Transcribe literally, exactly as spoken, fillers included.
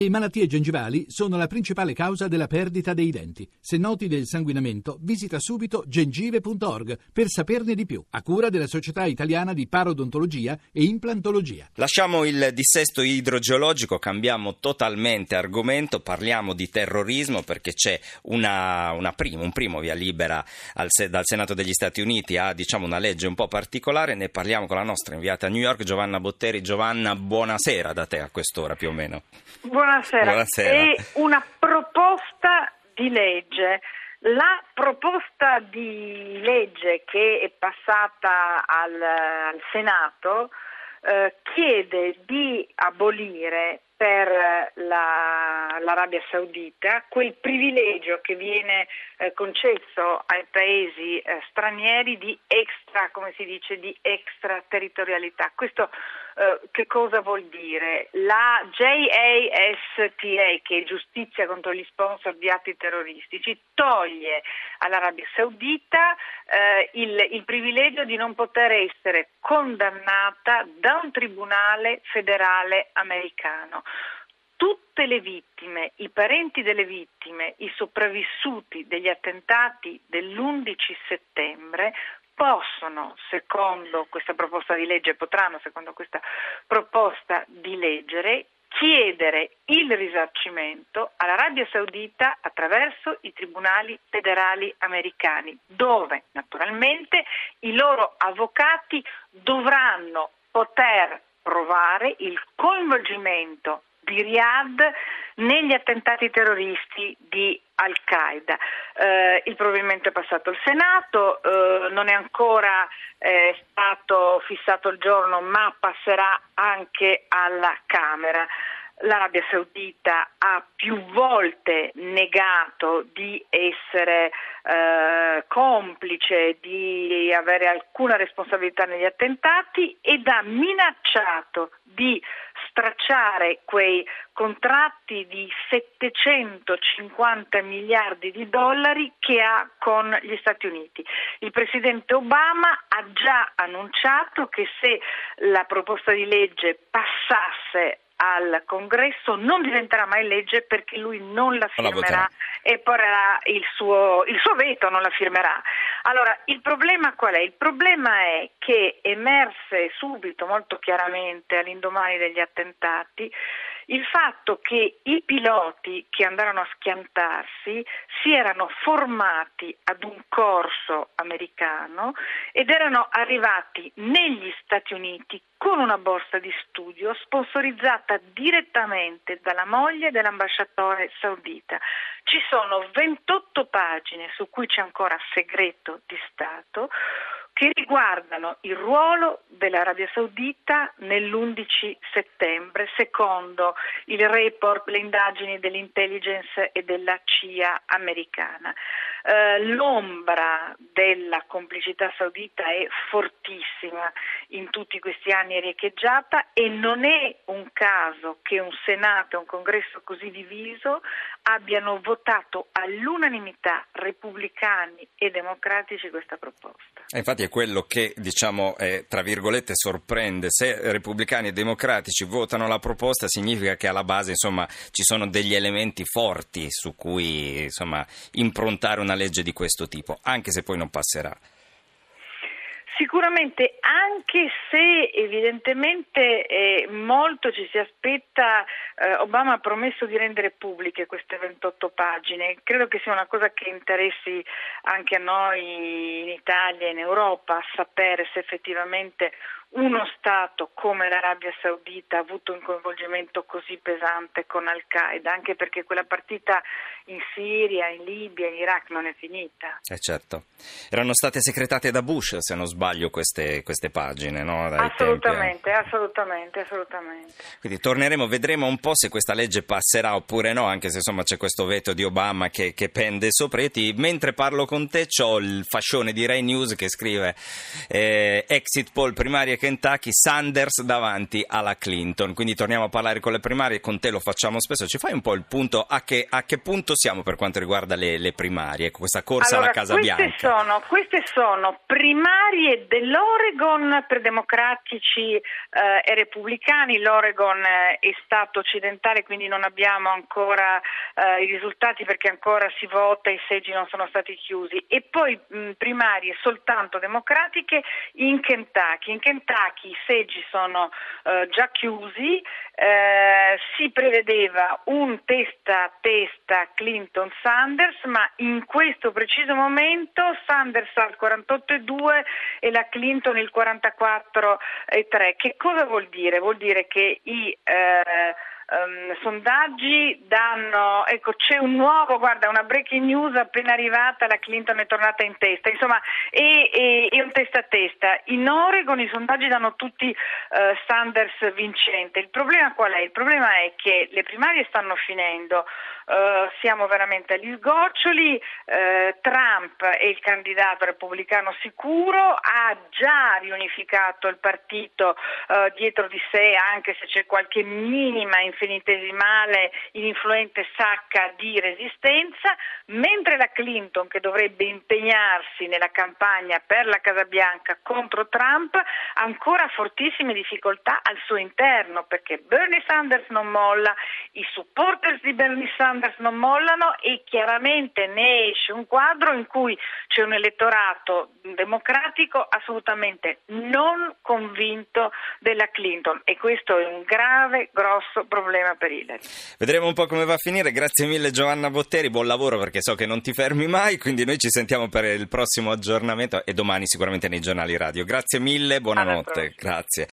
Le malattie gengivali sono la principale causa della perdita dei denti. Se noti del sanguinamento, visita subito gengive punto org per saperne di più, a cura della Società Italiana di Parodontologia e Implantologia. Lasciamo il dissesto idrogeologico, cambiamo totalmente argomento, parliamo di terrorismo perché c'è una, una prima, un primo via libera al, dal Senato degli Stati Uniti a diciamo una legge un po' particolare. Ne parliamo con la nostra inviata a New York, Giovanna Botteri. Giovanna, buonasera da te a quest'ora più o meno. Buonasera. Buonasera. È una proposta di legge. La proposta di legge che è passata al, al Senato eh, chiede di abolire per la, l'Arabia Saudita quel privilegio che viene eh, concesso ai paesi eh, stranieri di extra, come si dice, di extraterritorialità. Questo eh, che cosa vuol dire? La J A S T A, che è giustizia contro gli sponsor di atti terroristici, toglie all'Arabia Saudita eh, il, il privilegio di non poter essere condannata da un tribunale federale americano. Tutte le vittime, i parenti delle vittime, i sopravvissuti degli attentati dell'undici settembre possono, secondo questa proposta di legge, potranno, secondo questa proposta di legge, chiedere il risarcimento all'Arabia Saudita attraverso i tribunali federali americani, dove naturalmente i loro avvocati dovranno poter provare il coinvolgimento di Riyadh negli attentati terroristi di Al-Qaeda. Eh, il provvedimento è passato al Senato, eh, non è ancora eh, stato fissato il giorno, ma passerà anche alla Camera. L'Arabia Saudita ha più volte negato di essere eh, complice, di avere alcuna responsabilità negli attentati ed ha minacciato di stracciare quei contratti di settecentocinquanta miliardi di dollari che ha con gli Stati Uniti. Il presidente Obama ha già annunciato che se la proposta di legge passasse al Congresso non diventerà mai legge perché lui non la firmerà e porrà il suo, il suo veto, non la firmerà. Allora, il problema qual è? Il problema è che emerse subito, molto chiaramente, all'indomani degli attentati, il fatto che i piloti che andarono a schiantarsi si erano formati ad un corso americano ed erano arrivati negli Stati Uniti con una borsa di studio sponsorizzata direttamente dalla moglie dell'ambasciatore saudita. Ci sono ventotto pagine su cui c'è ancora segreto di Stato che riguardano il ruolo dell'Arabia Saudita nell'undici settembre, secondo il report, le indagini dell'intelligence e della C I A americana. Eh, l'ombra della complicità saudita è fortissima, in tutti questi anni è riecheggiata e non è un caso che un Senato e un Congresso così diviso abbiano votato all'unanimità, repubblicani e democratici, questa proposta. E infatti è quello che, diciamo, eh, tra virgolette sorprende. Se repubblicani e democratici votano la proposta, significa che alla base, insomma, ci sono degli elementi forti su cui, insomma, improntare una legge di questo tipo, anche se poi non passerà. Sicuramente, anche se evidentemente eh, molto ci si aspetta, eh, Obama ha promesso di rendere pubbliche queste ventotto pagine. Credo che sia una cosa che interessi anche a noi in Italia e in Europa, sapere se effettivamente uno Stato come l'Arabia Saudita ha avuto un coinvolgimento così pesante con Al-Qaeda, anche perché quella partita in Siria, in Libia, in Iraq non è finita. Eh certo. Erano state segretate da Bush, se non sbaglio, queste, queste pagine, no? Dai assolutamente, tempi. assolutamente, assolutamente. Quindi torneremo, vedremo un po' se questa legge passerà oppure no, anche se insomma c'è questo veto di Obama che, che pende sopra ti. Mentre parlo con te c'ho il fascione di Rai News che scrive eh, exit poll primarie Kentucky, Sanders davanti alla Clinton. Quindi torniamo a parlare con le primarie, con te lo facciamo spesso. Ci fai un po' il punto, a che, a che punto siamo per quanto riguarda le, le primarie, ecco, questa corsa allora, alla Casa queste Bianca? Sono, queste sono primarie dell'Oregon per democratici eh, e repubblicani. L'Oregon eh, è stato occidentale, quindi non abbiamo ancora eh, i risultati perché ancora si vota, i seggi non sono stati chiusi. E poi mh, primarie soltanto democratiche in Kentucky. In Kentucky i seggi sono eh, già chiusi, eh, si prevedeva un testa a testa Clinton-Sanders, ma in questo preciso momento Sanders ha il quarantotto virgola due e la Clinton il quarantaquattro virgola tre. Che cosa vuol dire? Vuol dire che i eh, Um, sondaggi danno, ecco, c'è un nuovo, guarda, una breaking news appena arrivata, la Clinton è tornata in testa, insomma è, è, è un testa a testa. In Oregon i sondaggi danno tutti uh, Sanders vincente. Il problema qual è? Il problema è che le primarie stanno finendo, uh, siamo veramente agli sgoccioli, uh, Trump è il candidato repubblicano sicuro, ha già riunificato il partito uh, dietro di sé, anche se c'è qualche minima infinitesimale, ininfluente sacca di resistenza, mentre la Clinton, che dovrebbe impegnarsi nella campagna per la Casa Bianca contro Trump, ha ancora fortissime difficoltà al suo interno, perché Bernie Sanders non molla, i supporters di Bernie Sanders non mollano e chiaramente ne esce un quadro in cui c'è un elettorato democratico assolutamente non convinto della Clinton, e questo è un grave, grosso problema per Hillary. Vedremo un po' come va a finire. Grazie mille Giovanna Botteri, buon lavoro, perché so che non ti fermi mai, quindi noi ci sentiamo per il prossimo aggiornamento e domani sicuramente nei giornali radio. Grazie mille, buonanotte. Grazie.